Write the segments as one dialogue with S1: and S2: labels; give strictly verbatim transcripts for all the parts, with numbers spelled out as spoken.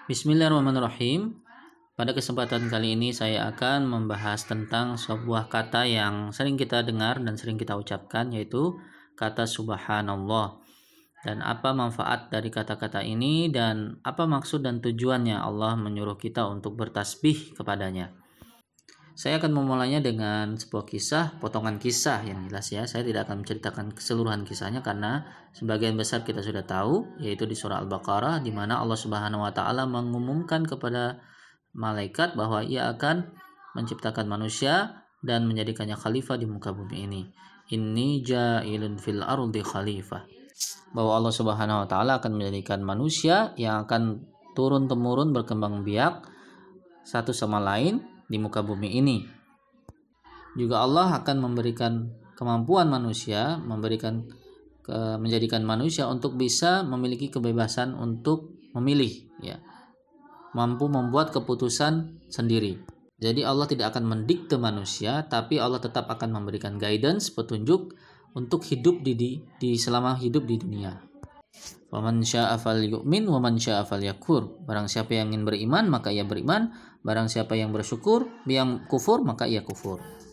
S1: Bismillahirrahmanirrahim. Pada kesempatan kali ini saya akan membahas tentang sebuah kata yang sering kita dengar dan sering kita ucapkan, yaitu kata subhanallah. Dan apa manfaat dari kata-kata ini dan apa maksud dan tujuannya Allah menyuruh kita untuk bertasbih kepadanya. Saya akan memulainya dengan sebuah kisah, potongan kisah yang jelas ya. Saya tidak akan menceritakan keseluruhan kisahnya karena sebagian besar kita sudah tahu, yaitu di surah Al-Baqarah di mana Allah Subhanahu wa taala mengumumkan kepada malaikat bahwa ia akan menciptakan manusia dan menjadikannya khalifah di muka bumi ini. Inni ja'ilun fil ardi khalifah. Bahwa Allah Subhanahu wa taala akan menjadikan manusia yang akan turun temurun berkembang biak satu sama lain di muka bumi ini. Juga Allah akan memberikan kemampuan manusia, memberikan ke, menjadikan manusia untuk bisa memiliki kebebasan untuk memilih, ya, mampu membuat keputusan sendiri. Jadi Allah tidak akan mendikte manusia, tapi Allah tetap akan memberikan guidance, petunjuk untuk hidup di, di, di selama hidup di dunia. Waman syaa'a falyu'min waman syaa'a falyakfur. Barang siapa yang ingin beriman maka ia beriman, barang siapa yang bersyukur, yang kufur maka ia kufur.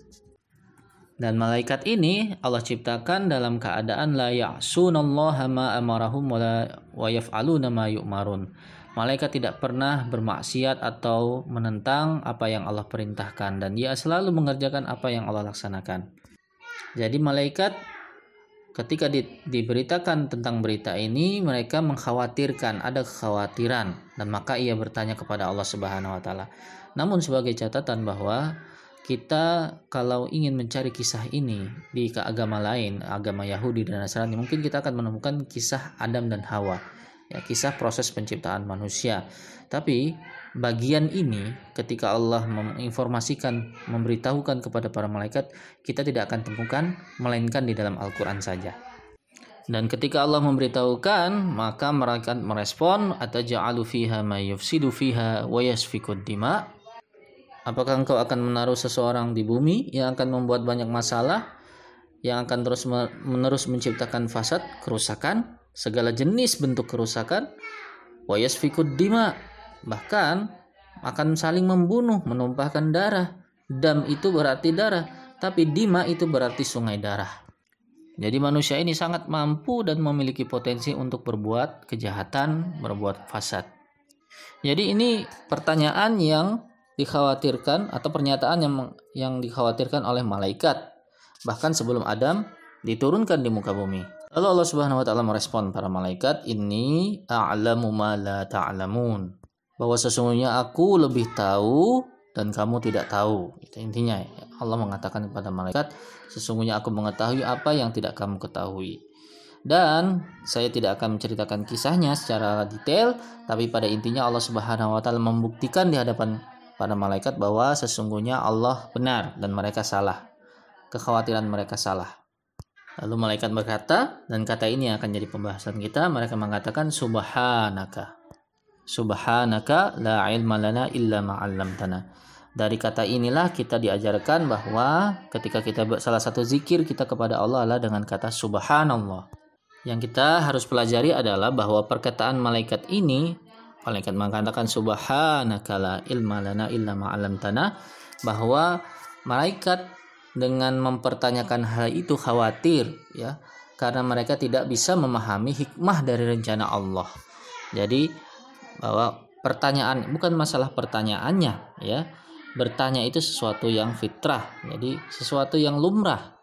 S1: Dan malaikat ini Allah ciptakan dalam keadaan la ya'sunallaha ma amarahum wa yaf'aluna ma yu'marun. Malaikat tidak pernah bermaksiat atau menentang apa yang Allah perintahkan dan dia selalu mengerjakan apa yang Allah laksanakan. Jadi malaikat ketika di, diberitakan tentang berita ini, mereka mengkhawatirkan, ada kekhawatiran, dan maka ia bertanya kepada Allah Subhanahu wa taala. Namun sebagai catatan bahwa kita kalau ingin mencari kisah ini di agama lain, agama Yahudi dan Nasrani, mungkin kita akan menemukan kisah Adam dan Hawa, ya, kisah proses penciptaan manusia. Tapi bagian ini ketika Allah menginformasikan, memberitahukan kepada para malaikat, kita tidak akan temukan melainkan di dalam Al-Quran saja. Dan ketika Allah memberitahukan, maka mereka merespon, ataj'alu fiha ma yufsidu fiha wa yasfikud dima. Apakah engkau akan menaruh seseorang di bumi yang akan membuat banyak masalah, yang akan terus menerus menciptakan fasad, kerusakan, segala jenis bentuk kerusakan, wa yasfikud dima, bahkan akan saling membunuh, menumpahkan darah. Dam itu berarti darah, tapi dima itu berarti sungai darah. Jadi manusia ini sangat mampu dan memiliki potensi untuk berbuat kejahatan, berbuat fasad. Jadi ini pertanyaan yang dikhawatirkan atau pernyataan yang yang dikhawatirkan oleh malaikat bahkan sebelum Adam diturunkan di muka bumi. Lalu Allah Subhanahu wa taala merespon para malaikat, "Inni a'lamu ma la ta'lamun." Bahwa sesungguhnya aku lebih tahu dan kamu tidak tahu. Itu intinya. Allah mengatakan kepada malaikat, sesungguhnya aku mengetahui apa yang tidak kamu ketahui. Dan saya tidak akan menceritakan kisahnya secara detail, tapi pada intinya Allah Subhanahu wa taala membuktikan di hadapan para malaikat bahwa sesungguhnya Allah benar dan mereka salah. Kekhawatiran mereka salah. Lalu malaikat berkata, dan kata ini akan jadi pembahasan kita, mereka mengatakan subhanaka. Subhanaka la ilma lana illa ma 'allamtana. Dari kata inilah kita diajarkan bahwa ketika kita salah satu zikir kita kepada Allah adalah dengan kata subhanallah. Yang kita harus pelajari adalah bahwa perkataan malaikat ini, malaikat mengatakan subhanaka la ilma lana illa ma 'allamtana, bahwa malaikat dengan mempertanyakan hal itu khawatir, ya, karena mereka tidak bisa memahami hikmah dari rencana Allah. Jadi bahwa pertanyaan bukan masalah pertanyaannya, ya. Bertanya itu sesuatu yang fitrah, jadi sesuatu yang lumrah.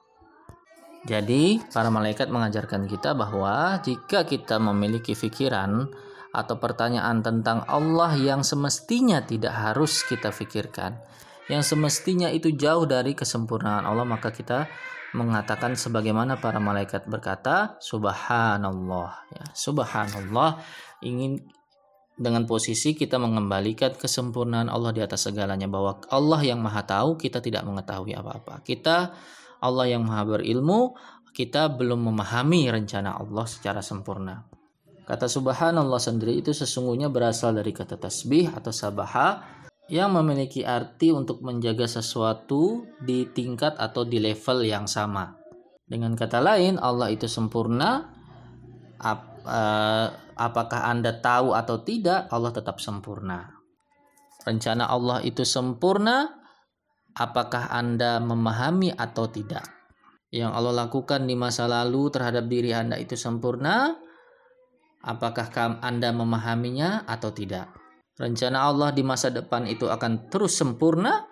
S1: Jadi para malaikat mengajarkan kita bahwa jika kita memiliki pikiran atau pertanyaan tentang Allah yang semestinya tidak harus kita pikirkan, yang semestinya itu jauh dari kesempurnaan Allah, maka kita mengatakan sebagaimana para malaikat berkata subhanallah, ya, subhanallah, ingin dengan posisi kita mengembalikan kesempurnaan Allah di atas segalanya, bahwa Allah yang maha tahu, kita tidak mengetahui apa-apa. Kita, Allah yang maha berilmu, kita belum memahami rencana Allah secara sempurna. Kata subhanallah sendiri itu sesungguhnya berasal dari kata tasbih atau sabaha yang memiliki arti untuk menjaga sesuatu di tingkat atau di level yang sama. Dengan kata lain, Allah itu sempurna eh, apakah Anda tahu atau tidak, Allah tetap sempurna. Rencana Allah itu sempurna, apakah Anda memahami atau tidak. Yang Allah lakukan di masa lalu terhadap diri Anda itu sempurna, apakah Anda memahaminya atau tidak. Rencana Allah di masa depan itu akan terus sempurna,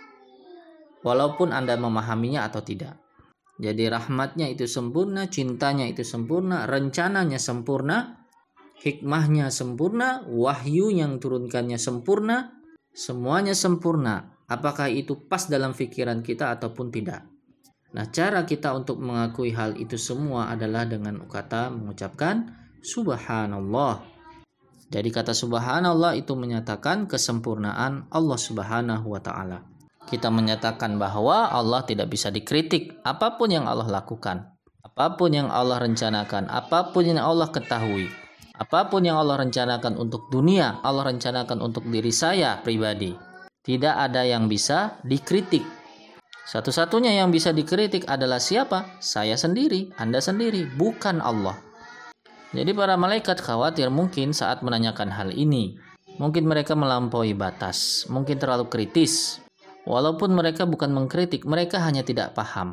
S1: walaupun Anda memahaminya atau tidak. Jadi rahmatnya itu sempurna, cintanya itu sempurna, rencananya sempurna, hikmahnya sempurna, wahyu yang turunkannya sempurna, semuanya sempurna. Apakah itu pas dalam pikiran kita ataupun tidak? Nah, cara kita untuk mengakui hal itu semua adalah dengan kata mengucapkan subhanallah. Jadi kata subhanallah itu menyatakan kesempurnaan Allah Subhanahu wa taala. Kita menyatakan bahwa Allah tidak bisa dikritik apapun yang Allah lakukan, apapun yang Allah rencanakan, apapun yang Allah ketahui, apapun yang Allah rencanakan untuk dunia, Allah rencanakan untuk diri saya pribadi. Tidak ada yang bisa dikritik. Satu-satunya yang bisa dikritik adalah siapa? Saya sendiri, Anda sendiri, bukan Allah. Jadi para malaikat khawatir mungkin saat menanyakan hal ini. Mungkin mereka melampaui batas, mungkin terlalu kritis. Walaupun mereka bukan mengkritik, mereka hanya tidak paham.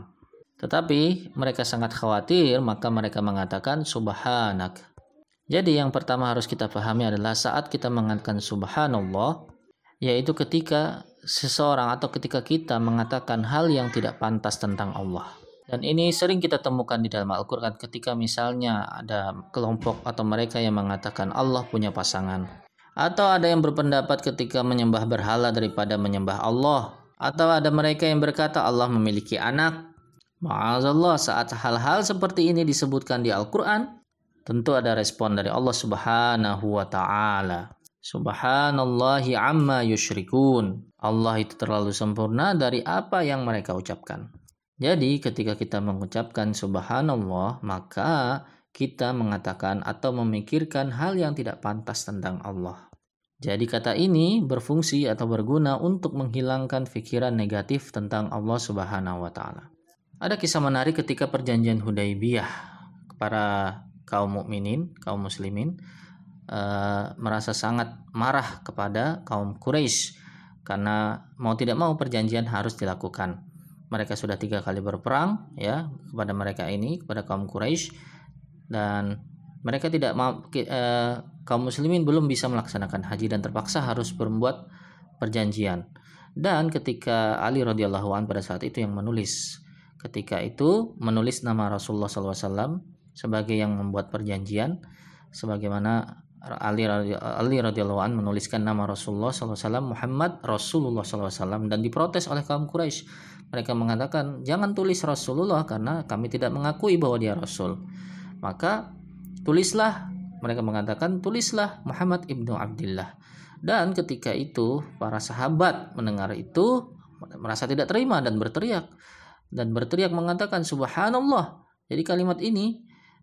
S1: Tetapi mereka sangat khawatir, maka mereka mengatakan subhanak. Jadi yang pertama harus kita pahami adalah saat kita mengatakan subhanallah, yaitu ketika seseorang atau ketika kita mengatakan hal yang tidak pantas tentang Allah. Dan ini sering kita temukan di dalam Al-Quran ketika misalnya ada kelompok atau mereka yang mengatakan Allah punya pasangan. Atau ada yang berpendapat ketika menyembah berhala daripada menyembah Allah. Atau ada mereka yang berkata Allah memiliki anak. Ma'azallah, saat hal-hal seperti ini disebutkan di Al-Quran, tentu ada respon dari Allah Subhanahu wa ta'ala. Subhanallahi amma yusyrikun. Allah itu terlalu sempurna dari apa yang mereka ucapkan. Jadi ketika kita mengucapkan subhanallah, maka kita mengatakan atau memikirkan hal yang tidak pantas tentang Allah. Jadi kata ini berfungsi atau berguna untuk menghilangkan pikiran negatif tentang Allah Subhanahu wa taala. Ada kisah menarik ketika perjanjian Hudaybiyah. Para kaum mukminin, kaum muslimin uh, merasa sangat marah kepada kaum Quraisy karena mau tidak mau perjanjian harus dilakukan. Mereka sudah tiga kali berperang ya kepada mereka ini, kepada kaum Quraisy, dan mereka tidak mau, eh, kaum muslimin belum bisa melaksanakan haji dan terpaksa harus membuat perjanjian. Dan ketika Ali radhiyallahu anhu pada saat itu yang menulis, ketika itu menulis nama Rasulullah shallallahu alaihi wasallam sebagai yang membuat perjanjian, sebagaimana Ali Ali radhiyallahu anhu menuliskan nama Rasulullah shallallahu alaihi wasallam Muhammad Rasulullah shallallahu alaihi wasallam, dan diprotes oleh kaum Quraisy. Mereka mengatakan jangan tulis Rasulullah karena kami tidak mengakui bahwa dia Rasul. Maka tulislah, mereka mengatakan tulislah Muhammad ibnu Abdillah. Dan ketika itu para sahabat mendengar itu merasa tidak terima dan berteriak dan berteriak mengatakan subhanallah. Jadi kalimat ini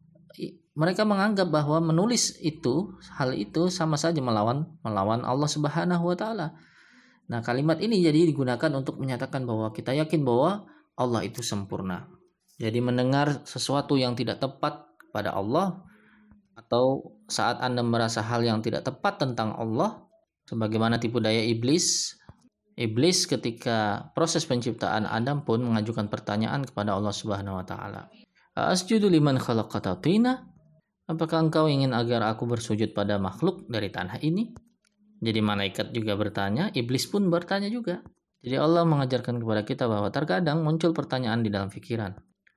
S1: mereka menganggap bahwa menulis itu, hal itu sama saja melawan melawan Allah Subhanahu wa taala. Nah, kalimat ini jadi digunakan untuk menyatakan bahwa kita yakin bahwa Allah itu sempurna. Jadi mendengar sesuatu yang tidak tepat pada Allah, atau saat Anda merasa hal yang tidak tepat tentang Allah, sebagaimana tipu daya iblis. Iblis ketika proses penciptaan Adam pun mengajukan pertanyaan kepada Allah Subhanahu wa taala. Asjudu liman khalaqata tina? Apakah engkau ingin agar aku bersujud pada makhluk dari tanah ini? Jadi malaikat juga bertanya, iblis pun bertanya juga. Jadi Allah mengajarkan kepada kita bahwa terkadang muncul pertanyaan di dalam pikiran.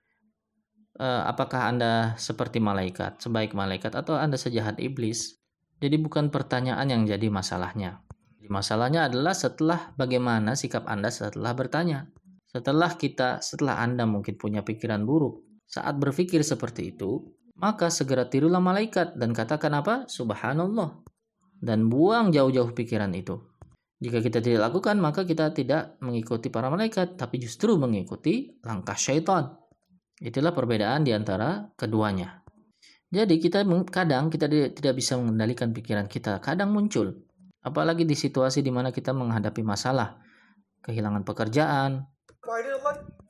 S1: Apakah Anda seperti malaikat, sebaik malaikat, atau Anda sejahat iblis? Jadi bukan pertanyaan yang jadi masalahnya. Jadi masalahnya adalah setelah bagaimana sikap Anda setelah bertanya. Setelah kita, setelah Anda mungkin punya pikiran buruk, saat berpikir seperti itu, maka segera tirulah malaikat dan katakan apa? Subhanallah. Dan buang jauh-jauh pikiran itu. Jika kita tidak lakukan, maka kita tidak mengikuti para malaikat, tapi justru mengikuti langkah syaitan. Itulah perbedaan di antara keduanya. Jadi kita kadang kita tidak bisa mengendalikan pikiran kita. Kadang muncul. Apalagi di situasi di mana kita menghadapi masalah. Kehilangan pekerjaan.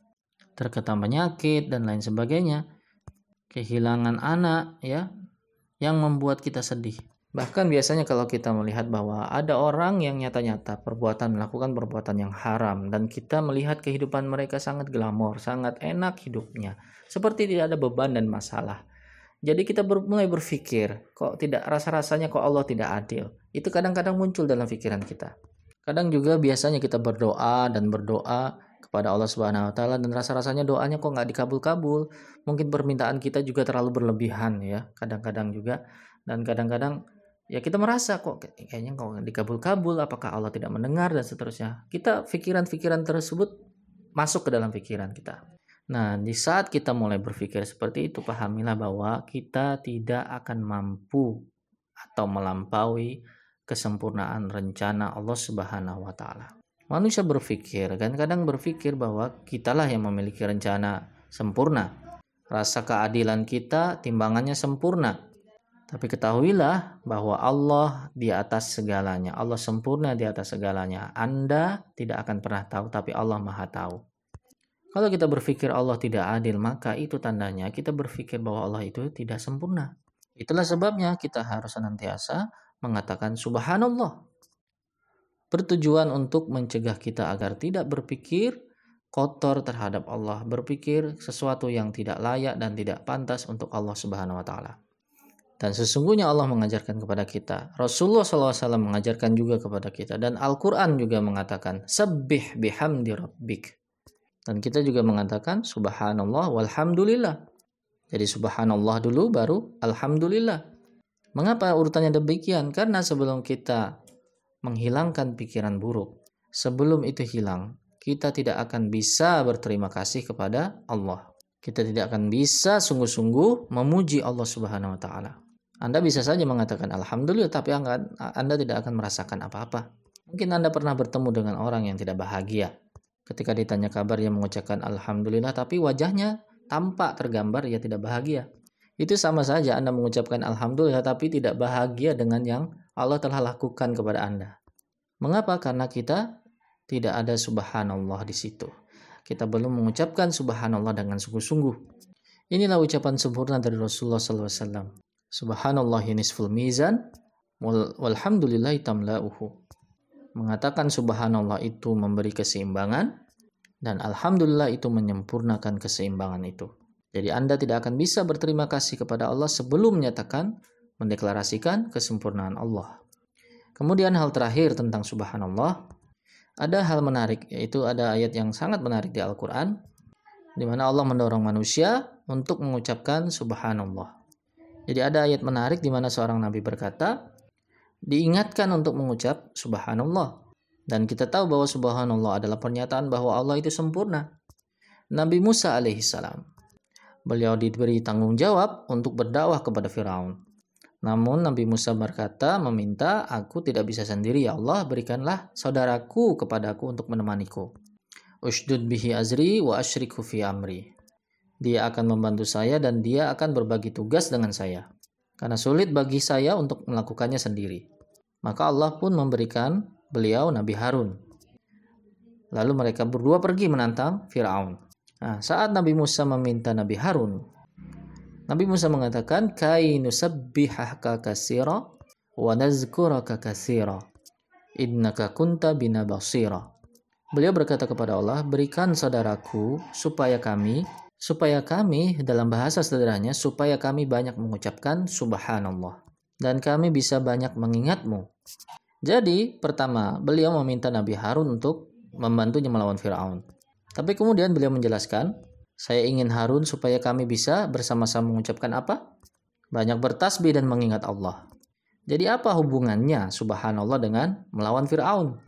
S1: Terkena penyakit dan lain sebagainya. Kehilangan anak, ya. yang membuat kita sedih. Bahkan biasanya kalau kita melihat bahwa ada orang yang nyata-nyata perbuatan melakukan perbuatan yang haram dan kita melihat kehidupan mereka sangat glamor, sangat enak hidupnya, seperti tidak ada beban dan masalah. Jadi kita ber, mulai berpikir, kok tidak rasa-rasanya kok Allah tidak adil. Itu kadang-kadang muncul dalam pikiran kita. Kadang juga biasanya kita berdoa dan berdoa kepada Allah Subhanahu wa taala dan rasa-rasanya doanya kok nggak dikabul-kabul. Mungkin permintaan kita juga terlalu berlebihan ya, kadang-kadang juga. Dan kadang-kadang ya kita merasa kok kayaknya kok nggak dikabul-kabul, apakah Allah tidak mendengar dan seterusnya. Kita pikiran-pikiran tersebut masuk ke dalam pikiran kita. Nah, di saat kita mulai berpikir seperti itu, pahamilah bahwa kita tidak akan mampu atau melampaui kesempurnaan rencana Allah Subhanahu wa taala. Manusia berpikir, kan kadang berpikir bahwa kitalah yang memiliki rencana sempurna. Rasa keadilan kita timbangannya sempurna. Tapi ketahuilah bahwa Allah di atas segalanya. Allah sempurna di atas segalanya. Anda tidak akan pernah tahu, tapi Allah Maha tahu. Kalau kita berpikir Allah tidak adil, maka itu tandanya kita berpikir bahwa Allah itu tidak sempurna. Itulah sebabnya kita harus senantiasa mengatakan subhanallah. Bertujuan untuk mencegah kita agar tidak berpikir kotor terhadap Allah, berpikir sesuatu yang tidak layak dan tidak pantas untuk Allah Subhanahu wa taala. Dan sesungguhnya Allah mengajarkan kepada kita, Rasulullah shallallahu alaihi wasallam mengajarkan juga kepada kita, dan Al-Quran juga mengatakan sabbih bihamdi rabbik. Dan kita juga mengatakan subhanallah walhamdulillah. Jadi subhanallah dulu baru alhamdulillah. Mengapa urutannya demikian? Karena sebelum kita menghilangkan pikiran buruk, sebelum itu hilang, kita tidak akan bisa berterima kasih kepada Allah. Kita tidak akan bisa sungguh-sungguh memuji Allah Subhanahu wa taala. Anda bisa saja mengatakan alhamdulillah, tapi Anda tidak akan merasakan apa-apa. Mungkin Anda pernah bertemu dengan orang yang tidak bahagia. Ketika ditanya kabar, ia mengucapkan alhamdulillah, tapi wajahnya tampak tergambar ia tidak bahagia. Itu sama saja Anda mengucapkan alhamdulillah tapi tidak bahagia dengan yang Allah telah lakukan kepada Anda. Mengapa? Karena kita tidak ada subhanallah di situ. Kita belum mengucapkan subhanallah dengan sungguh-sungguh. Inilah ucapan sempurna dari Rasulullah shallallahu alaihi wasallam. Subhanallah nisful mizan walhamdulillahi tamla'uhu. Mengatakan subhanallah itu memberi keseimbangan, dan alhamdulillah itu menyempurnakan keseimbangan itu. Jadi Anda tidak akan bisa berterima kasih kepada Allah sebelum menyatakan, mendeklarasikan kesempurnaan Allah. Kemudian hal terakhir tentang subhanallah, ada hal menarik, yaitu ada ayat yang sangat menarik di Al-Quran, di mana Allah mendorong manusia untuk mengucapkan subhanallah. Jadi ada ayat menarik di mana seorang nabi berkata, diingatkan untuk mengucap subhanallah. Dan kita tahu bahwa subhanallah adalah pernyataan bahwa Allah itu sempurna. Nabi Musa alaihissalam, beliau diberi tanggung jawab untuk berdakwah kepada Firaun. Namun Nabi Musa berkata, meminta, aku tidak bisa sendiri ya Allah, berikanlah saudaraku kepadaku untuk menemaniku. Ushdud bihi azri wa asyriku fi amri. Dia akan membantu saya dan dia akan berbagi tugas dengan saya. Karena sulit bagi saya untuk melakukannya sendiri. Maka Allah pun memberikan beliau Nabi Harun. Lalu mereka berdua pergi menantang Firaun. Nah, saat Nabi Musa meminta Nabi Harun, Nabi Musa mengatakan, kai nusabbihaka katsira wa nazkuraka katsira innaka kunta bina basira. Beliau berkata kepada Allah, berikan saudaraku supaya kami supaya kami dalam bahasa sederhananya supaya kami banyak mengucapkan subhanallah dan kami bisa banyak mengingatmu. Jadi pertama beliau meminta Nabi Harun untuk membantunya melawan Firaun. Tapi kemudian beliau menjelaskan, saya ingin Harun supaya kami bisa bersama-sama mengucapkan apa? Banyak bertasbih dan mengingat Allah. Jadi apa hubungannya subhanallah dengan melawan Firaun?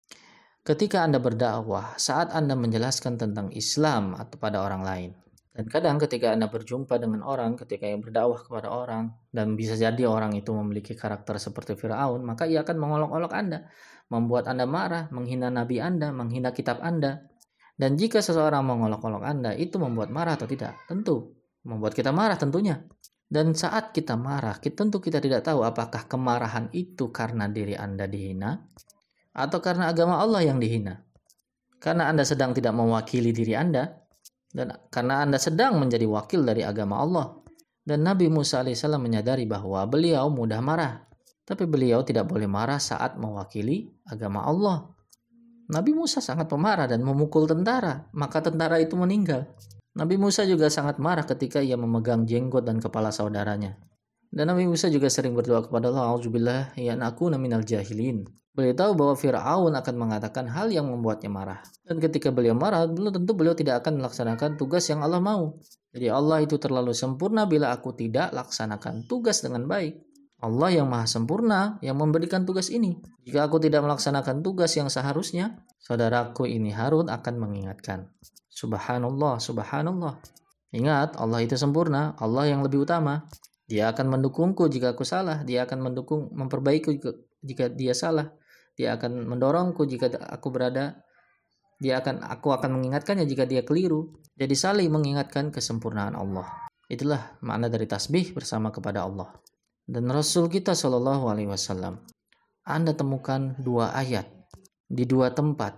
S1: Ketika Anda berdakwah, saat Anda menjelaskan tentang Islam atau pada orang lain, dan kadang ketika Anda berjumpa dengan orang, ketika yang berdakwah kepada orang, dan bisa jadi orang itu memiliki karakter seperti Firaun, maka ia akan mengolok-olok Anda, membuat Anda marah, menghina Nabi Anda, menghina kitab Anda. Dan jika seseorang mengolok-olok Anda, itu membuat marah atau tidak? Tentu, membuat kita marah tentunya. Dan saat kita marah, kita, tentu kita tidak tahu apakah kemarahan itu karena diri Anda dihina, atau karena agama Allah yang dihina. Karena Anda sedang tidak mewakili diri Anda, dan karena Anda sedang menjadi wakil dari agama Allah. Dan Nabi Musa alaihissalam menyadari bahwa beliau mudah marah. Tapi beliau tidak boleh marah saat mewakili agama Allah. Nabi Musa sangat pemarah dan memukul tentara, maka tentara itu meninggal. Nabi Musa juga sangat marah ketika ia memegang jenggot dan kepala saudaranya. Dan Nabi Musa juga sering berdoa kepada Allah, "A'udzubillah ya anakuna minal jahilin." Beliau tahu bahwa Fir'aun akan mengatakan hal yang membuatnya marah. Dan ketika beliau marah, belum tentu beliau tidak akan melaksanakan tugas yang Allah mau. Jadi Allah itu terlalu sempurna bila aku tidak laksanakan tugas dengan baik. Allah yang maha sempurna yang memberikan tugas ini. Jika aku tidak melaksanakan tugas yang seharusnya, saudaraku ini Harun akan mengingatkan. Subhanallah, subhanallah. Ingat, Allah itu sempurna, Allah yang lebih utama. Dia akan mendukungku jika aku salah, dia akan mendukung, memperbaiki jika dia salah. Dia akan mendorongku jika aku berada, dia akan aku akan mengingatkannya jika dia keliru. Jadi saling mengingatkan kesempurnaan Allah. Itulah makna dari tasbih bersama kepada Allah. Dan Rasul kita Shallallahu Alaihi Wasallam, Anda temukan dua ayat di dua tempat,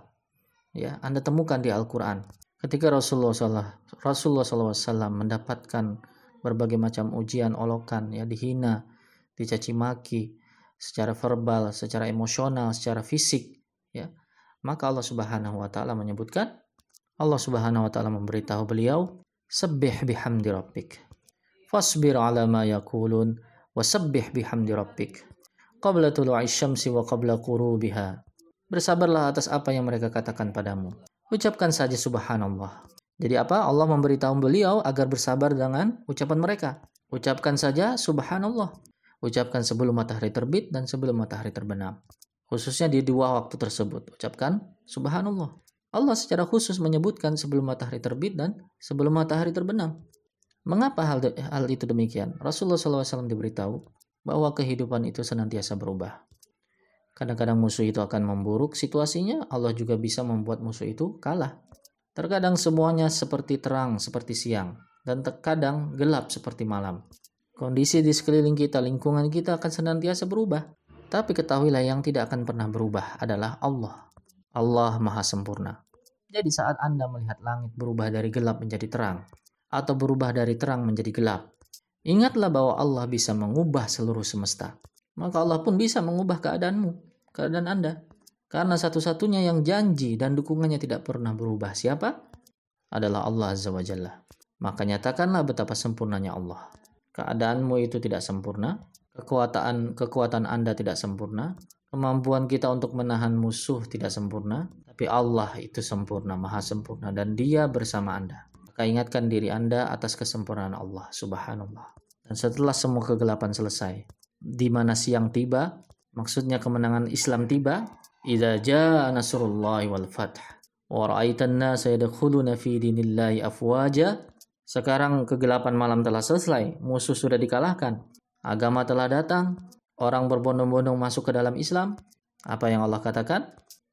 S1: ya Anda temukan di Al-Quran. Ketika Rasulullah Rasulullah Shallallahu Alaihi Wasallam mendapatkan berbagai macam ujian, olokan, ya dihina, dicaci maki, secara verbal, secara emosional, secara fisik, ya maka Allah Subhanahu Wa Taala menyebutkan, Allah Subhanahu Wa Taala memberitahu beliau, "Sabbih bihamdi rabbik, fasbir ala ma yaqulun, wasabbih bihamdi rabbik qabla tulu'i syamsi wa qabla qurubiha." Bersabarlah atas apa yang mereka katakan padamu. Ucapkan saja subhanallah. Jadi apa? Allah memberitahu beliau agar bersabar dengan ucapan mereka. Ucapkan saja subhanallah. Ucapkan sebelum matahari terbit dan sebelum matahari terbenam. Khususnya di dua waktu tersebut. Ucapkan subhanallah. Allah secara khusus menyebutkan sebelum matahari terbit dan sebelum matahari terbenam. Mengapa hal, de- hal itu demikian? Rasulullah shallallahu alaihi wasallam diberitahu bahwa kehidupan itu senantiasa berubah. Kadang-kadang musuh itu akan memburuk situasinya, Allah juga bisa membuat musuh itu kalah. Terkadang semuanya seperti terang, seperti siang, dan terkadang gelap seperti malam. Kondisi di sekeliling kita, lingkungan kita akan senantiasa berubah. Tapi ketahuilah yang tidak akan pernah berubah adalah Allah. Allah Maha Sempurna. Jadi saat Anda melihat langit berubah dari gelap menjadi terang, atau berubah dari terang menjadi gelap, ingatlah bahwa Allah bisa mengubah seluruh semesta. Maka Allah pun bisa mengubah keadaanmu, keadaan Anda. Karena satu-satunya yang janji dan dukungannya tidak pernah berubah siapa? Adalah Allah Azza wa Jalla. Maka nyatakanlah betapa sempurnanya Allah. Keadaanmu itu tidak sempurna, kekuatan kekuatan Anda tidak sempurna, kemampuan kita untuk menahan musuh tidak sempurna, tapi Allah itu sempurna, maha sempurna, dan Dia bersama Anda. Maka ingatkan diri Anda atas kesempurnaan Allah, subhanallah. Dan setelah semua kegelapan selesai, di mana siang tiba, maksudnya kemenangan Islam tiba, idza jaa nasrullahi wal fath wa ra'aitan nasa yadkhuluna fi dinillahi afwaja. Sekarang kegelapan malam telah selesai, musuh sudah dikalahkan, agama telah datang, orang berbondong-bondong masuk ke dalam Islam. Apa yang Allah katakan?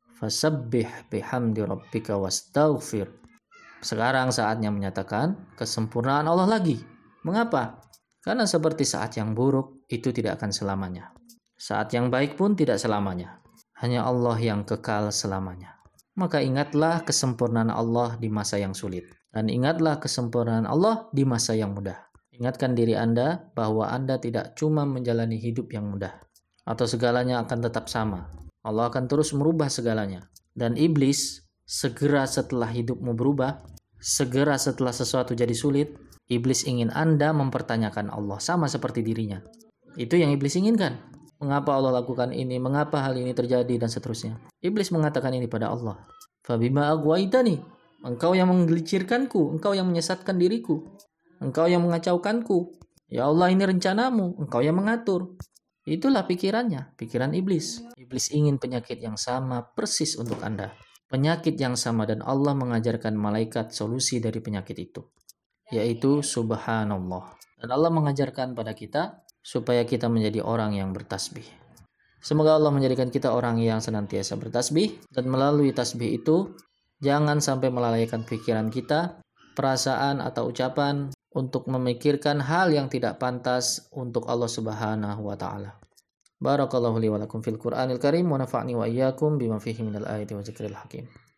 S1: Fasabbih bihamdi rabbika wastaghfir. Sekarang saatnya menyatakan kesempurnaan Allah lagi. Mengapa? Karena seperti saat yang buruk itu tidak akan selamanya. Saat yang baik pun tidak selamanya. Hanya Allah yang kekal selamanya. Maka ingatlah kesempurnaan Allah di masa yang sulit. Dan ingatlah kesempurnaan Allah di masa yang mudah. Ingatkan diri Anda bahwa Anda tidak cuma menjalani hidup yang mudah. Atau segalanya akan tetap sama. Allah akan terus merubah segalanya. Dan iblis segera setelah hidupmu berubah, segera setelah sesuatu jadi sulit, iblis ingin Anda mempertanyakan Allah sama seperti dirinya. Itu yang iblis inginkan. Mengapa Allah lakukan ini? Mengapa hal ini terjadi? Dan seterusnya. Iblis mengatakan ini pada Allah. Fabima aghwaytani, engkau yang menggelicirkanku, engkau yang menyesatkan diriku, engkau yang mengacaukanku. Ya Allah, ini rencanamu, engkau yang mengatur. Itulah pikirannya, pikiran iblis. Iblis ingin penyakit yang sama persis untuk Anda. Penyakit yang sama, dan Allah mengajarkan malaikat solusi dari penyakit itu, yaitu subhanallah. Dan Allah mengajarkan pada kita supaya kita menjadi orang yang bertasbih. Semoga Allah menjadikan kita orang yang senantiasa bertasbih, dan melalui tasbih itu jangan sampai melalaikan pikiran kita, perasaan atau ucapan untuk memikirkan hal yang tidak pantas untuk Allah Subhanahu wa taala. Barakallahu li wa lakum fil Qur'anil Karim wa nafa'ni wa iyyakum bima fihi minal ayati wa zikril hakim.